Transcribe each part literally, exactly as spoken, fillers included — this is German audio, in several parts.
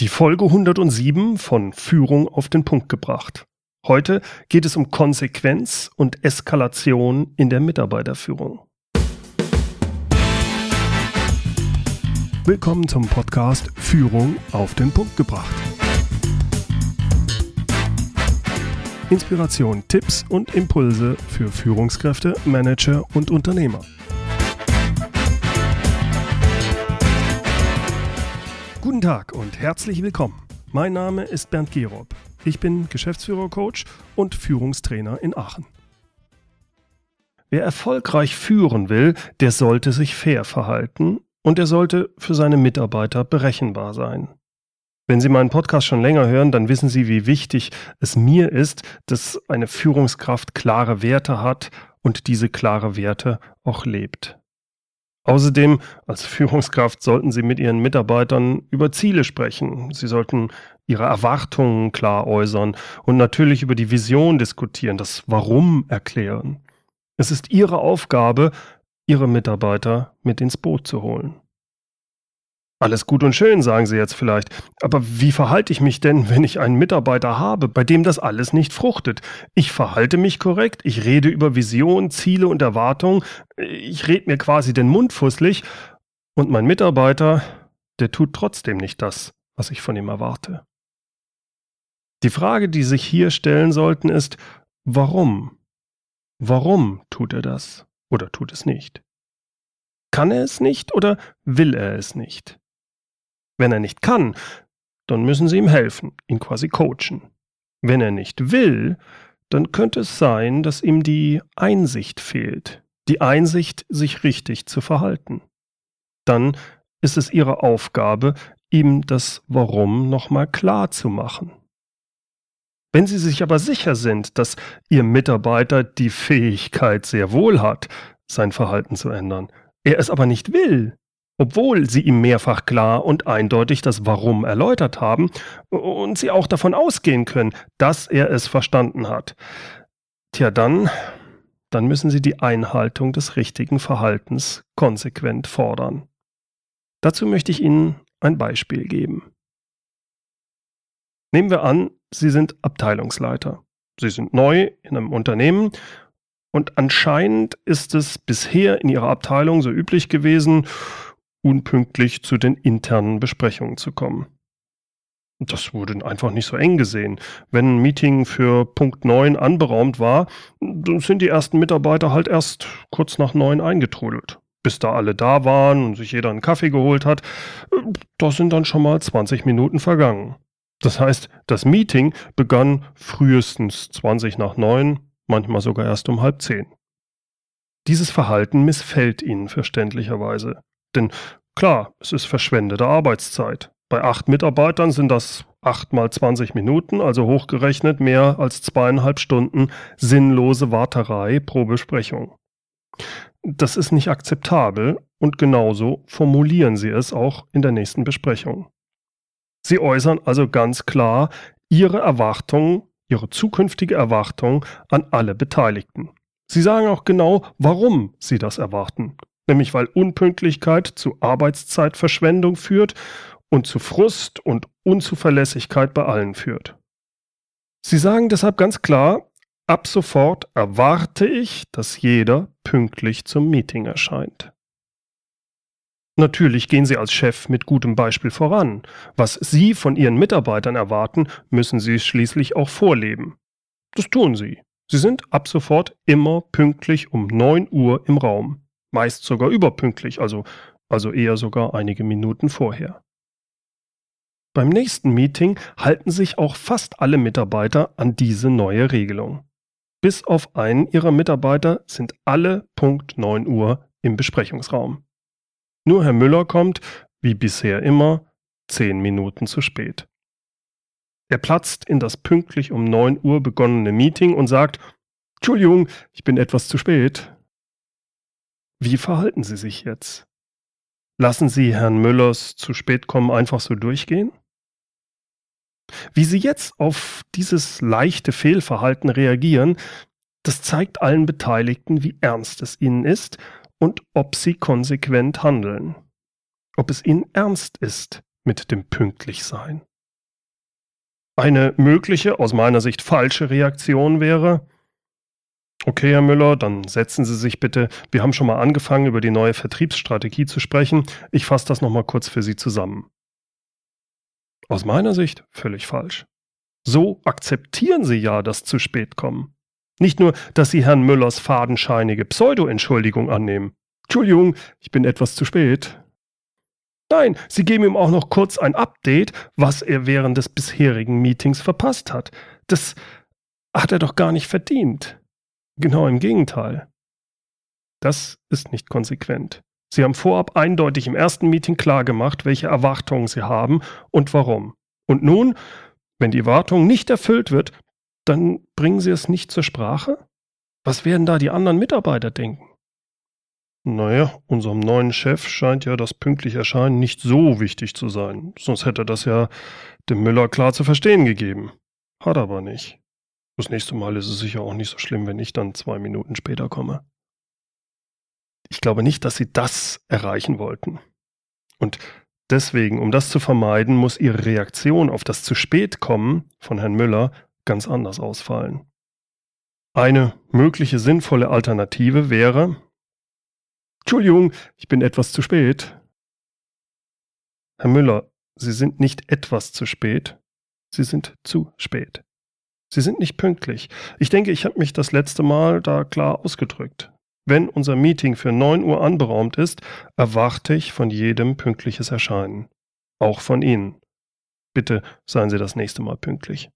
Die Folge hundertsieben von Führung auf den Punkt gebracht. Heute geht es um Konsequenz und Eskalation in der Mitarbeiterführung. Willkommen zum Podcast Führung auf den Punkt gebracht. Inspiration, Tipps und Impulse für Führungskräfte, Manager und Unternehmer. Guten Tag und herzlich willkommen. Mein Name ist Bernd Gerob. Ich bin Geschäftsführer-Coach und Führungstrainer in Aachen. Wer erfolgreich führen will, der sollte sich fair verhalten und er sollte für seine Mitarbeiter berechenbar sein. Wenn Sie meinen Podcast schon länger hören, dann wissen Sie, wie wichtig es mir ist, dass eine Führungskraft klare Werte hat und diese klare Werte auch lebt. Außerdem, als Führungskraft sollten Sie mit Ihren Mitarbeitern über Ziele sprechen. Sie sollten Ihre Erwartungen klar äußern und natürlich über die Vision diskutieren, das Warum erklären. Es ist Ihre Aufgabe, Ihre Mitarbeiter mit ins Boot zu holen. Alles gut und schön, sagen Sie jetzt vielleicht. Aber wie verhalte ich mich denn, wenn ich einen Mitarbeiter habe, bei dem das alles nicht fruchtet? Ich verhalte mich korrekt, ich rede über Vision, Ziele und Erwartungen, ich rede mir quasi den Mund fusselig und mein Mitarbeiter, der tut trotzdem nicht das, was ich von ihm erwarte. Die Frage, die sich hier stellen sollten, ist, warum? Warum tut er das oder tut es nicht? Kann er es nicht oder will er es nicht? Wenn er nicht kann, dann müssen Sie ihm helfen, ihn quasi coachen. Wenn er nicht will, dann könnte es sein, dass ihm die Einsicht fehlt, die Einsicht, sich richtig zu verhalten. Dann ist es Ihre Aufgabe, ihm das Warum nochmal klar zu machen. Wenn Sie sich aber sicher sind, dass Ihr Mitarbeiter die Fähigkeit sehr wohl hat, sein Verhalten zu ändern, er es aber nicht will, obwohl Sie ihm mehrfach klar und eindeutig das Warum erläutert haben und Sie auch davon ausgehen können, dass er es verstanden hat. Tja, dann, dann müssen Sie die Einhaltung des richtigen Verhaltens konsequent fordern. Dazu möchte ich Ihnen ein Beispiel geben. Nehmen wir an, Sie sind Abteilungsleiter. Sie sind neu in einem Unternehmen und anscheinend ist es bisher in Ihrer Abteilung so üblich gewesen, unpünktlich zu den internen Besprechungen zu kommen. Das wurde einfach nicht so eng gesehen. Wenn ein Meeting für Punkt neun anberaumt war, dann sind die ersten Mitarbeiter halt erst kurz nach neun eingetrudelt. Bis da alle da waren und sich jeder einen Kaffee geholt hat, da sind dann schon mal zwanzig Minuten vergangen. Das heißt, das Meeting begann frühestens zwanzig nach neun, manchmal sogar erst um halb zehn. Dieses Verhalten missfällt Ihnen verständlicherweise. Denn klar, es ist verschwendete Arbeitszeit. Bei acht Mitarbeitern sind das acht mal zwanzig Minuten, also hochgerechnet mehr als zweieinhalb Stunden sinnlose Warterei pro Besprechung. Das ist nicht akzeptabel und genauso formulieren Sie es auch in der nächsten Besprechung. Sie äußern also ganz klar Ihre Erwartungen, Ihre zukünftige Erwartung an alle Beteiligten. Sie sagen auch genau, warum Sie das erwarten. Nämlich weil Unpünktlichkeit zu Arbeitszeitverschwendung führt und zu Frust und Unzuverlässigkeit bei allen führt. Sie sagen deshalb ganz klar, ab sofort erwarte ich, dass jeder pünktlich zum Meeting erscheint. Natürlich gehen Sie als Chef mit gutem Beispiel voran. Was Sie von Ihren Mitarbeitern erwarten, müssen Sie schließlich auch vorleben. Das tun Sie. Sie sind ab sofort immer pünktlich um neun Uhr im Raum. Meist sogar überpünktlich, also, also eher sogar einige Minuten vorher. Beim nächsten Meeting halten sich auch fast alle Mitarbeiter an diese neue Regelung. Bis auf einen Ihrer Mitarbeiter sind alle Punkt neun Uhr im Besprechungsraum. Nur Herr Müller kommt, wie bisher immer, zehn Minuten zu spät. Er platzt in das pünktlich um neun Uhr begonnene Meeting und sagt, Entschuldigung, ich bin etwas zu spät. Wie verhalten Sie sich jetzt? Lassen Sie Herrn Müllers zu spät kommen einfach so durchgehen? Wie Sie jetzt auf dieses leichte Fehlverhalten reagieren, das zeigt allen Beteiligten, wie ernst es Ihnen ist und ob Sie konsequent handeln. Ob es Ihnen ernst ist mit dem Pünktlichsein. Eine mögliche, aus meiner Sicht falsche Reaktion wäre: Okay, Herr Müller, dann setzen Sie sich bitte. Wir haben schon mal angefangen, über die neue Vertriebsstrategie zu sprechen. Ich fasse das nochmal kurz für Sie zusammen. Aus meiner Sicht völlig falsch. So akzeptieren Sie ja das zu spät kommen. Nicht nur, dass Sie Herrn Müllers fadenscheinige Pseudo-Entschuldigung annehmen. Entschuldigung, ich bin etwas zu spät. Nein, Sie geben ihm auch noch kurz ein Update, was er während des bisherigen Meetings verpasst hat. Das hat er doch gar nicht verdient. Genau im Gegenteil. Das ist nicht konsequent. Sie haben vorab eindeutig im ersten Meeting klargemacht, welche Erwartungen Sie haben und warum. Und nun, wenn die Erwartung nicht erfüllt wird, dann bringen Sie es nicht zur Sprache? Was werden da die anderen Mitarbeiter denken? Naja, unserem neuen Chef scheint ja das pünktliche Erscheinen nicht so wichtig zu sein. Sonst hätte das ja dem Müller klar zu verstehen gegeben. Hat aber nicht. Das nächste Mal ist es sicher auch nicht so schlimm, wenn ich dann zwei Minuten später komme. Ich glaube nicht, dass Sie das erreichen wollten. Und deswegen, um das zu vermeiden, muss Ihre Reaktion auf das zu spät kommen von Herrn Müller ganz anders ausfallen. Eine mögliche sinnvolle Alternative wäre: Entschuldigung, ich bin etwas zu spät. Herr Müller, Sie sind nicht etwas zu spät, Sie sind zu spät. Sie sind nicht pünktlich. Ich denke, ich habe mich das letzte Mal da klar ausgedrückt. Wenn unser Meeting für neun Uhr anberaumt ist, erwarte ich von jedem pünktliches Erscheinen. Auch von Ihnen. Bitte seien Sie das nächste Mal pünktlich.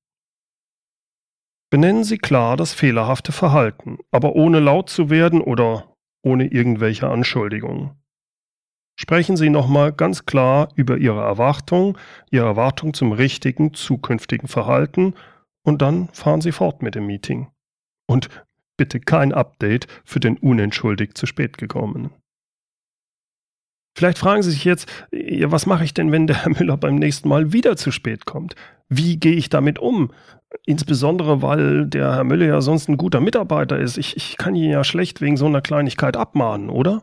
Benennen Sie klar das fehlerhafte Verhalten, aber ohne laut zu werden oder ohne irgendwelche Anschuldigungen. Sprechen Sie nochmal ganz klar über Ihre Erwartung, Ihre Erwartung zum richtigen zukünftigen Verhalten und dann fahren Sie fort mit dem Meeting. Und bitte kein Update für den unentschuldigt zu spät gekommenen. Vielleicht fragen Sie sich jetzt, ja, was mache ich denn, wenn der Herr Müller beim nächsten Mal wieder zu spät kommt? Wie gehe ich damit um? Insbesondere, weil der Herr Müller ja sonst ein guter Mitarbeiter ist. Ich, ich kann ihn ja schlecht wegen so einer Kleinigkeit abmahnen, oder?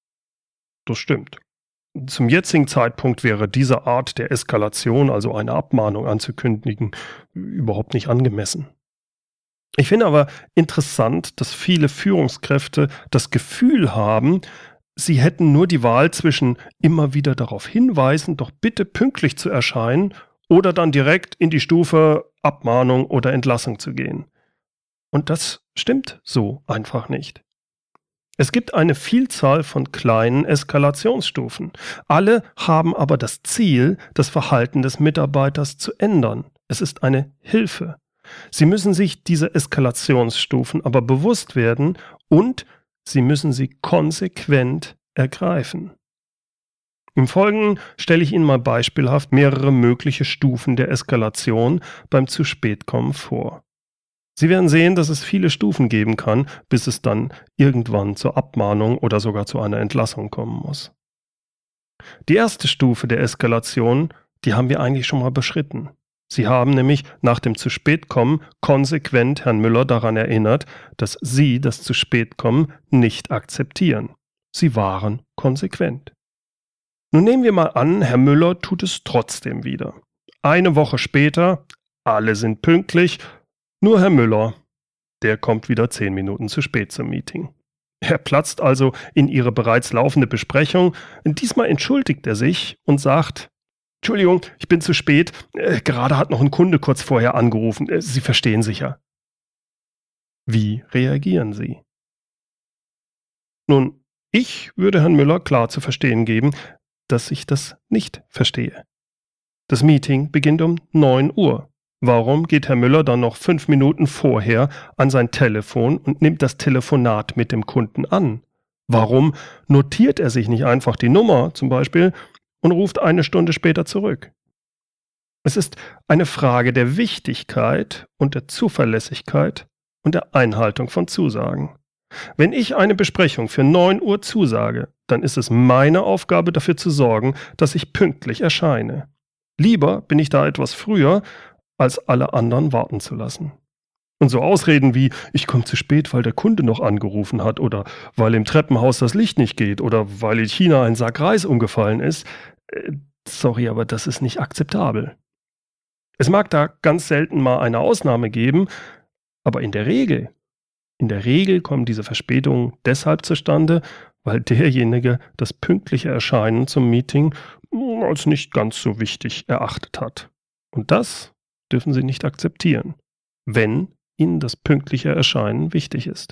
Das stimmt. Zum jetzigen Zeitpunkt wäre diese Art der Eskalation, also eine Abmahnung anzukündigen, überhaupt nicht angemessen. Ich finde aber interessant, dass viele Führungskräfte das Gefühl haben, sie hätten nur die Wahl zwischen immer wieder darauf hinweisen, doch bitte pünktlich zu erscheinen, oder dann direkt in die Stufe Abmahnung oder Entlassung zu gehen. Und das stimmt so einfach nicht. Es gibt eine Vielzahl von kleinen Eskalationsstufen. Alle haben aber das Ziel, das Verhalten des Mitarbeiters zu ändern. Es ist eine Hilfe. Sie müssen sich diese Eskalationsstufen aber bewusst werden und Sie müssen sie konsequent ergreifen. Im Folgenden stelle ich Ihnen mal beispielhaft mehrere mögliche Stufen der Eskalation beim zu spät kommen vor. Sie werden sehen, dass es viele Stufen geben kann, bis es dann irgendwann zur Abmahnung oder sogar zu einer Entlassung kommen muss. Die erste Stufe der Eskalation, die haben wir eigentlich schon mal beschritten. Sie haben nämlich nach dem zu spät kommen konsequent Herrn Müller daran erinnert, dass Sie das zu spät kommen nicht akzeptieren. Sie waren konsequent. Nun nehmen wir mal an, Herr Müller tut es trotzdem wieder. Eine Woche später, alle sind pünktlich, nur Herr Müller, der kommt wieder zehn Minuten zu spät zum Meeting. Er platzt also in Ihre bereits laufende Besprechung. Diesmal entschuldigt er sich und sagt: Entschuldigung, ich bin zu spät. Äh, gerade hat noch ein Kunde kurz vorher angerufen. Äh, Sie verstehen sicher. Wie reagieren Sie? Nun, ich würde Herrn Müller klar zu verstehen geben, dass ich das nicht verstehe. Das Meeting beginnt um neun Uhr. Warum geht Herr Müller dann noch fünf Minuten vorher an sein Telefon und nimmt das Telefonat mit dem Kunden an? Warum notiert er sich nicht einfach die Nummer zum Beispiel und ruft eine Stunde später zurück? Es ist eine Frage der Wichtigkeit und der Zuverlässigkeit und der Einhaltung von Zusagen. Wenn ich eine Besprechung für neun Uhr zusage, dann ist es meine Aufgabe, dafür zu sorgen, dass ich pünktlich erscheine. Lieber bin ich da etwas früher, als alle anderen warten zu lassen. Und so Ausreden wie, ich komme zu spät, weil der Kunde noch angerufen hat oder weil im Treppenhaus das Licht nicht geht oder weil in China ein Sack Reis umgefallen ist, äh, sorry, aber das ist nicht akzeptabel. Es mag da ganz selten mal eine Ausnahme geben, aber in der Regel, in der Regel kommen diese Verspätungen deshalb zustande, weil derjenige das pünktliche Erscheinen zum Meeting als nicht ganz so wichtig erachtet hat. Und das dürfen Sie nicht akzeptieren, wenn Ihnen das pünktliche Erscheinen wichtig ist.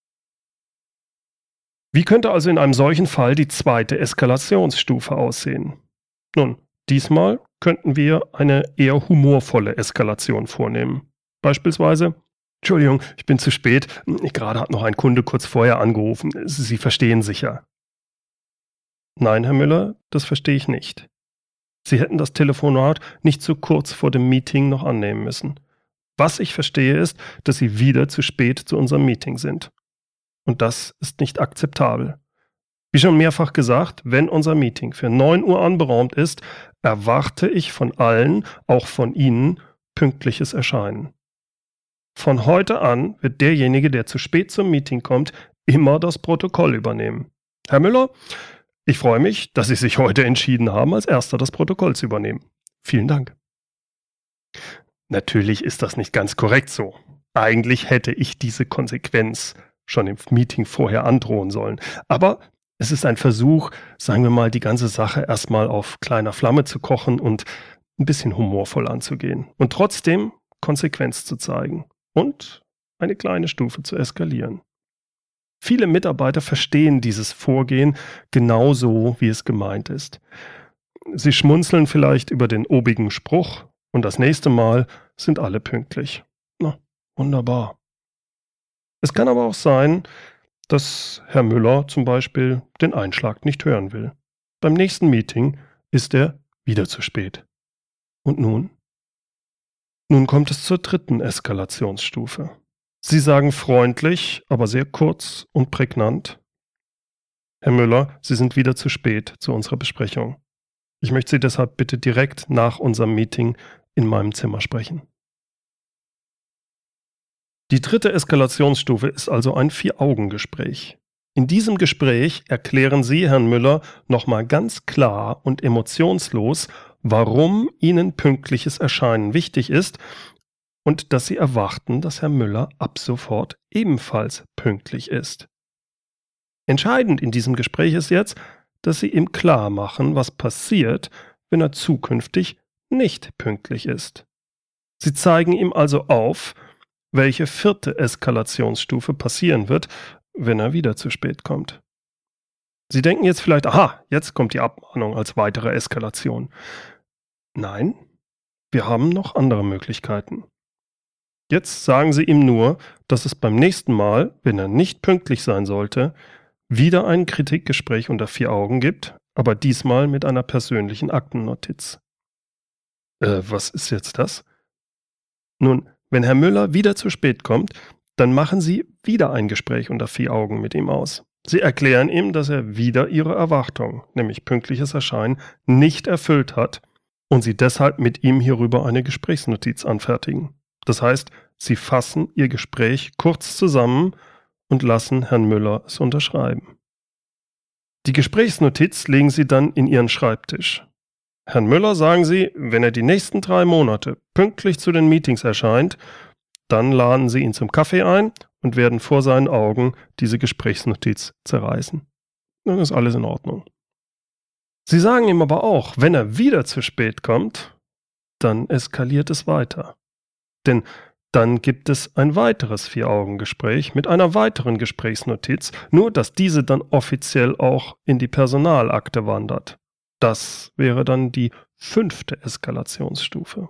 Wie könnte also in einem solchen Fall die zweite Eskalationsstufe aussehen? Nun, diesmal könnten wir eine eher humorvolle Eskalation vornehmen. Beispielsweise: Entschuldigung, ich bin zu spät. Gerade hat noch ein Kunde kurz vorher angerufen. Sie verstehen sicher. Nein, Herr Müller, das verstehe ich nicht. Sie hätten das Telefonat nicht so kurz vor dem Meeting noch annehmen müssen. Was ich verstehe ist, dass Sie wieder zu spät zu unserem Meeting sind. Und das ist nicht akzeptabel. Wie schon mehrfach gesagt, wenn unser Meeting für neun Uhr anberaumt ist, erwarte ich von allen, auch von Ihnen, pünktliches Erscheinen. Von heute an wird derjenige, der zu spät zum Meeting kommt, immer das Protokoll übernehmen. Herr Müller, ich freue mich, dass Sie sich heute entschieden haben, als Erster das Protokoll zu übernehmen. Vielen Dank. Natürlich ist das nicht ganz korrekt so. Eigentlich hätte ich diese Konsequenz schon im Meeting vorher androhen sollen. Aber es ist ein Versuch, sagen wir mal, die ganze Sache erstmal auf kleiner Flamme zu kochen und ein bisschen humorvoll anzugehen. Und trotzdem Konsequenz zu zeigen und eine kleine Stufe zu eskalieren. Viele Mitarbeiter verstehen dieses Vorgehen genauso, wie es gemeint ist. Sie schmunzeln vielleicht über den obigen Spruch und das nächste Mal sind alle pünktlich. Na, wunderbar. Es kann aber auch sein, dass Herr Müller zum Beispiel den Einschlag nicht hören will. Beim nächsten Meeting ist er wieder zu spät. Und nun? Nun kommt es zur dritten Eskalationsstufe. Sie sagen freundlich, aber sehr kurz und prägnant: Herr Müller, Sie sind wieder zu spät zu unserer Besprechung. Ich möchte Sie deshalb bitte direkt nach unserem Meeting in meinem Zimmer sprechen. Die dritte Eskalationsstufe ist also ein Vier-Augen-Gespräch. In diesem Gespräch erklären Sie Herrn Müller nochmal ganz klar und emotionslos, warum Ihnen pünktliches Erscheinen wichtig ist und dass Sie erwarten, dass Herr Müller ab sofort ebenfalls pünktlich ist. Entscheidend in diesem Gespräch ist jetzt, dass Sie ihm klar machen, was passiert, wenn er zukünftig nicht pünktlich ist. Sie zeigen ihm also auf, welche vierte Eskalationsstufe passieren wird, wenn er wieder zu spät kommt. Sie denken jetzt vielleicht: Aha, jetzt kommt die Abmahnung als weitere Eskalation. Nein, wir haben noch andere Möglichkeiten. Jetzt sagen Sie ihm nur, dass es beim nächsten Mal, wenn er nicht pünktlich sein sollte, wieder ein Kritikgespräch unter vier Augen gibt, aber diesmal mit einer persönlichen Aktennotiz. Äh, was ist jetzt das? Nun, wenn Herr Müller wieder zu spät kommt, dann machen Sie wieder ein Gespräch unter vier Augen mit ihm aus. Sie erklären ihm, dass er wieder Ihre Erwartung, nämlich pünktliches Erscheinen, nicht erfüllt hat und Sie deshalb mit ihm hierüber eine Gesprächsnotiz anfertigen. Das heißt, Sie fassen Ihr Gespräch kurz zusammen und lassen Herrn Müller es unterschreiben. Die Gesprächsnotiz legen Sie dann in Ihren Schreibtisch. Herrn Müller sagen Sie, wenn er die nächsten drei Monate pünktlich zu den Meetings erscheint, dann laden Sie ihn zum Kaffee ein und werden vor seinen Augen diese Gesprächsnotiz zerreißen. Dann ist alles in Ordnung. Sie sagen ihm aber auch, wenn er wieder zu spät kommt, dann eskaliert es weiter. Denn dann gibt es ein weiteres Vier-Augen-Gespräch mit einer weiteren Gesprächsnotiz, nur dass diese dann offiziell auch in die Personalakte wandert. Das wäre dann die fünfte Eskalationsstufe.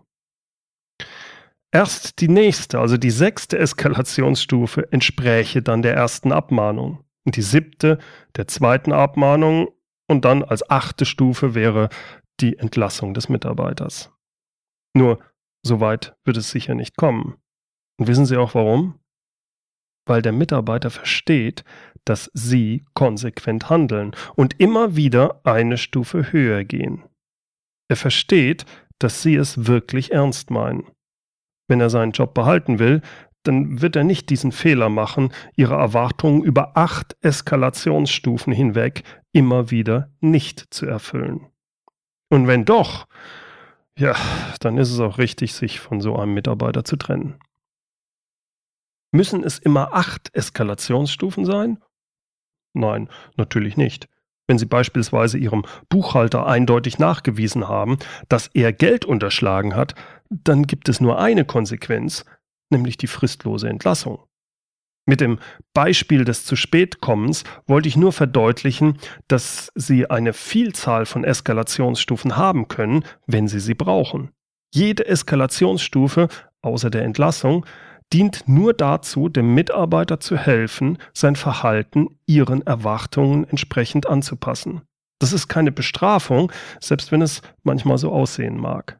Erst die nächste, also die sechste Eskalationsstufe, entspräche dann der ersten Abmahnung. Und die siebte der zweiten Abmahnung und dann als achte Stufe wäre die Entlassung des Mitarbeiters. Nur, so weit wird es sicher nicht kommen. Und wissen Sie auch warum? Weil der Mitarbeiter versteht, dass Sie konsequent handeln und immer wieder eine Stufe höher gehen. Er versteht, dass Sie es wirklich ernst meinen. Wenn er seinen Job behalten will, dann wird er nicht diesen Fehler machen, Ihre Erwartungen über acht Eskalationsstufen hinweg immer wieder nicht zu erfüllen. Und wenn doch, ja, dann ist es auch richtig, sich von so einem Mitarbeiter zu trennen. Müssen es immer acht Eskalationsstufen sein? Nein, natürlich nicht. Wenn Sie beispielsweise Ihrem Buchhalter eindeutig nachgewiesen haben, dass er Geld unterschlagen hat, dann gibt es nur eine Konsequenz, nämlich die fristlose Entlassung. Mit dem Beispiel des Zu-Spät-Kommens wollte ich nur verdeutlichen, dass Sie eine Vielzahl von Eskalationsstufen haben können, wenn Sie sie brauchen. Jede Eskalationsstufe, außer der Entlassung, dient nur dazu, dem Mitarbeiter zu helfen, sein Verhalten Ihren Erwartungen entsprechend anzupassen. Das ist keine Bestrafung, selbst wenn es manchmal so aussehen mag.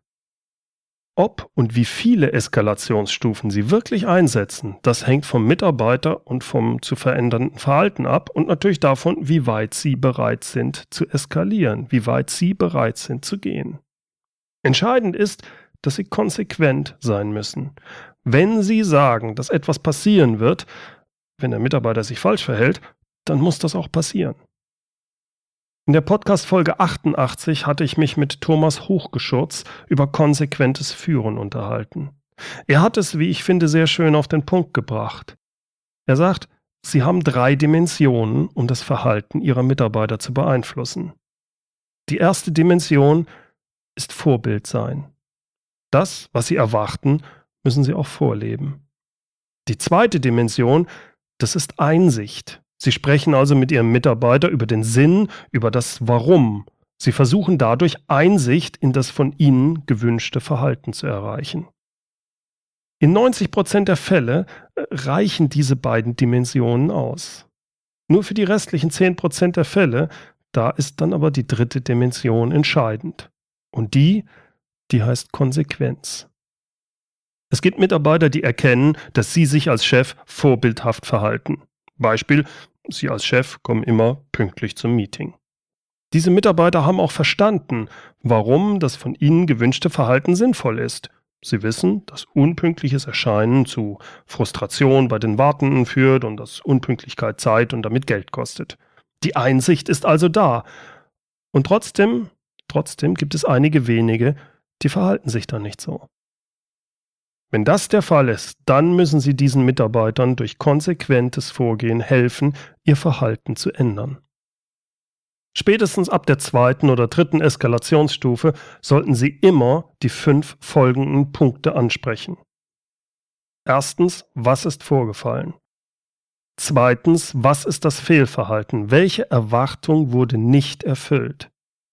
Ob und wie viele Eskalationsstufen Sie wirklich einsetzen, das hängt vom Mitarbeiter und vom zu verändernden Verhalten ab und natürlich davon, wie weit Sie bereit sind zu eskalieren, wie weit Sie bereit sind zu gehen. Entscheidend ist, dass Sie konsequent sein müssen. Wenn Sie sagen, dass etwas passieren wird, wenn der Mitarbeiter sich falsch verhält, dann muss das auch passieren. In der Podcast-Folge achtundachtzig hatte ich mich mit Thomas Hochgeschurz über konsequentes Führen unterhalten. Er hat es, wie ich finde, sehr schön auf den Punkt gebracht. Er sagt, Sie haben drei Dimensionen, um das Verhalten Ihrer Mitarbeiter zu beeinflussen. Die erste Dimension ist Vorbild sein. Das, was Sie erwarten, müssen Sie auch vorleben. Die zweite Dimension, das ist Einsicht. Sie sprechen also mit Ihrem Mitarbeiter über den Sinn, über das Warum. Sie versuchen dadurch Einsicht in das von Ihnen gewünschte Verhalten zu erreichen. In neunzig Prozent der Fälle reichen diese beiden Dimensionen aus. Nur für die restlichen zehn Prozent der Fälle, da ist dann aber die dritte Dimension entscheidend. Und die, die heißt Konsequenz. Es gibt Mitarbeiter, die erkennen, dass sie sich als Chef vorbildhaft verhalten. Beispiel, Sie als Chef kommen immer pünktlich zum Meeting. Diese Mitarbeiter haben auch verstanden, warum das von ihnen gewünschte Verhalten sinnvoll ist. Sie wissen, dass unpünktliches Erscheinen zu Frustration bei den Wartenden führt und dass Unpünktlichkeit Zeit und damit Geld kostet. Die Einsicht ist also da. Und trotzdem, trotzdem gibt es einige wenige, die verhalten sich dann nicht so. Wenn das der Fall ist, dann müssen Sie diesen Mitarbeitern durch konsequentes Vorgehen helfen, ihr Verhalten zu ändern. Spätestens ab der zweiten oder dritten Eskalationsstufe sollten Sie immer die fünf folgenden Punkte ansprechen. Erstens, was ist vorgefallen? Zweitens, was ist das Fehlverhalten? Welche Erwartung wurde nicht erfüllt?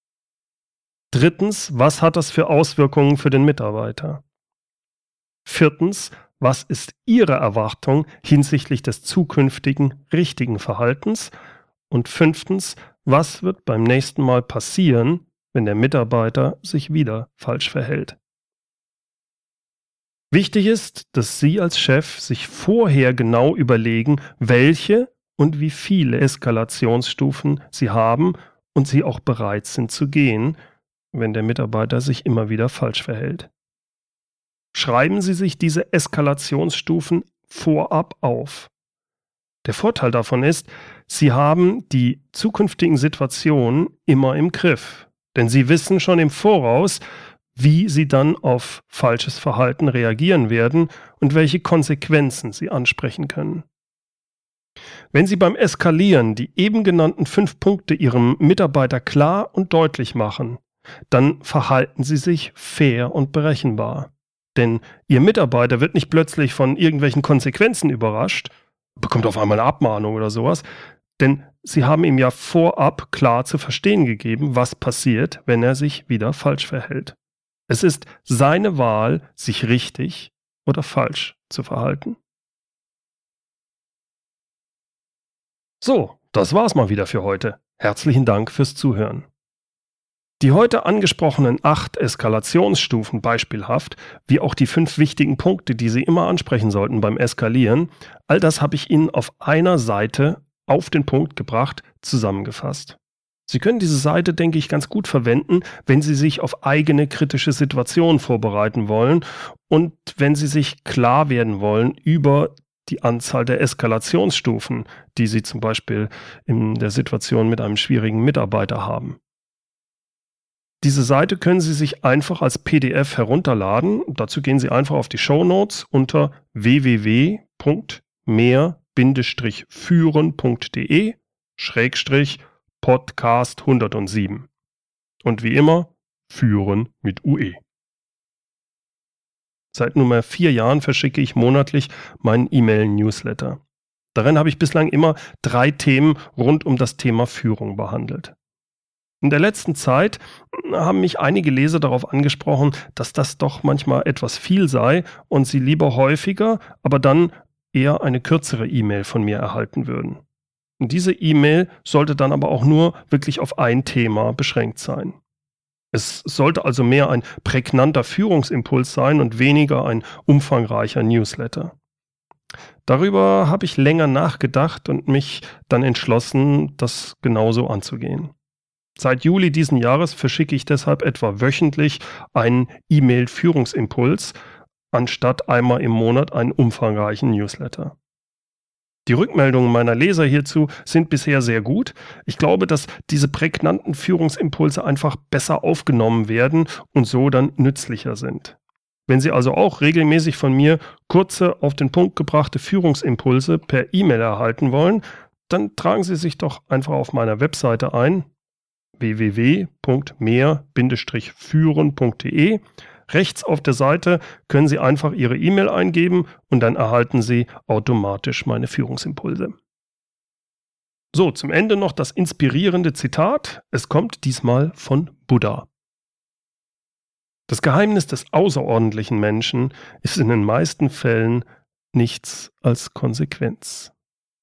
Drittens, was hat das für Auswirkungen für den Mitarbeiter? Viertens, was ist Ihre Erwartung hinsichtlich des zukünftigen richtigen Verhaltens? Und fünftens, was wird beim nächsten Mal passieren, wenn der Mitarbeiter sich wieder falsch verhält? Wichtig ist, dass Sie als Chef sich vorher genau überlegen, welche und wie viele Eskalationsstufen Sie haben und Sie auch bereit sind zu gehen, wenn der Mitarbeiter sich immer wieder falsch verhält. Schreiben Sie sich diese Eskalationsstufen vorab auf. Der Vorteil davon ist, Sie haben die zukünftigen Situationen immer im Griff, denn Sie wissen schon im Voraus, wie Sie dann auf falsches Verhalten reagieren werden und welche Konsequenzen Sie ansprechen können. Wenn Sie beim Eskalieren die eben genannten fünf Punkte Ihrem Mitarbeiter klar und deutlich machen, dann verhalten Sie sich fair und berechenbar. Denn Ihr Mitarbeiter wird nicht plötzlich von irgendwelchen Konsequenzen überrascht, bekommt auf einmal eine Abmahnung oder sowas, denn Sie haben ihm ja vorab klar zu verstehen gegeben, was passiert, wenn er sich wieder falsch verhält. Es ist seine Wahl, sich richtig oder falsch zu verhalten. So, das war's mal wieder für heute. Herzlichen Dank fürs Zuhören. Die heute angesprochenen acht Eskalationsstufen beispielhaft, wie auch die fünf wichtigen Punkte, die Sie immer ansprechen sollten beim Eskalieren, all das habe ich Ihnen auf einer Seite auf den Punkt gebracht, zusammengefasst. Sie können diese Seite, denke ich, ganz gut verwenden, wenn Sie sich auf eigene kritische Situationen vorbereiten wollen und wenn Sie sich klar werden wollen über die Anzahl der Eskalationsstufen, die Sie zum Beispiel in der Situation mit einem schwierigen Mitarbeiter haben. Diese Seite können Sie sich einfach als P D F herunterladen. Dazu gehen Sie einfach auf die Shownotes unter w w w punkt mehr Bindestrich führen punkt de Schrägstrich Podcast hundertsieben. Und wie immer, führen mit U E. Seit nunmehr vier Jahren verschicke ich monatlich meinen E-Mail-Newsletter. Darin habe ich bislang immer drei Themen rund um das Thema Führung behandelt. In der letzten Zeit haben mich einige Leser darauf angesprochen, dass das doch manchmal etwas viel sei und sie lieber häufiger, aber dann eher eine kürzere E-Mail von mir erhalten würden. Und diese E-Mail sollte dann aber auch nur wirklich auf ein Thema beschränkt sein. Es sollte also mehr ein prägnanter Führungsimpuls sein und weniger ein umfangreicher Newsletter. Darüber habe ich länger nachgedacht und mich dann entschlossen, das genauso anzugehen. Seit Juli diesen Jahres verschicke ich deshalb etwa wöchentlich einen E-Mail-Führungsimpuls, anstatt einmal im Monat einen umfangreichen Newsletter. Die Rückmeldungen meiner Leser hierzu sind bisher sehr gut. Ich glaube, dass diese prägnanten Führungsimpulse einfach besser aufgenommen werden und so dann nützlicher sind. Wenn Sie also auch regelmäßig von mir kurze, auf den Punkt gebrachte Führungsimpulse per E-Mail erhalten wollen, dann tragen Sie sich doch einfach auf meiner Webseite ein, w w w punkt mehr Bindestrich führen punkt de. Rechts auf der Seite können Sie einfach Ihre E-Mail eingeben und dann erhalten Sie automatisch meine Führungsimpulse. So, zum Ende noch das inspirierende Zitat. Es kommt diesmal von Buddha. Das Geheimnis des außerordentlichen Menschen ist in den meisten Fällen nichts als Konsequenz.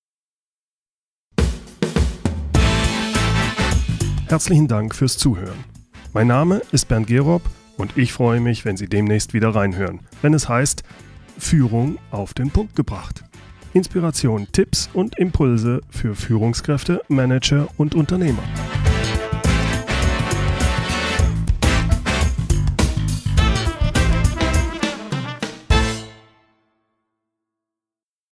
Herzlichen Dank fürs Zuhören. Mein Name ist Bernd Gerob und ich freue mich, wenn Sie demnächst wieder reinhören, wenn es heißt Führung auf den Punkt gebracht. Inspiration, Tipps und Impulse für Führungskräfte, Manager und Unternehmer.